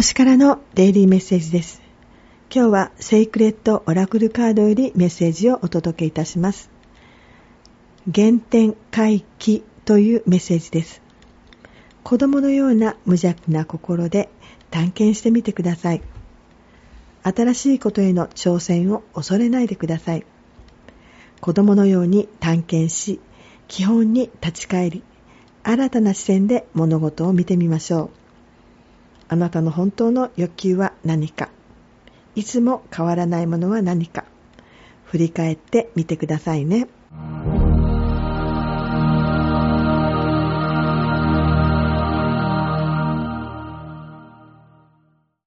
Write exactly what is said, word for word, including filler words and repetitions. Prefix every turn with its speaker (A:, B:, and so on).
A: 星からのデイリーメッセージです。今日はセイクレットオラクルカードよりメッセージをお届けいたします。原点回帰というメッセージです。子供のような無邪気な心で探検してみてください。新しいことへの挑戦を恐れないでください。子供のように探検し、基本に立ち返り、新たな視線で物事を見てみましょう。あなたの本当の欲求は何か、いつも変わらないものは何か、振り返ってみてくださいね。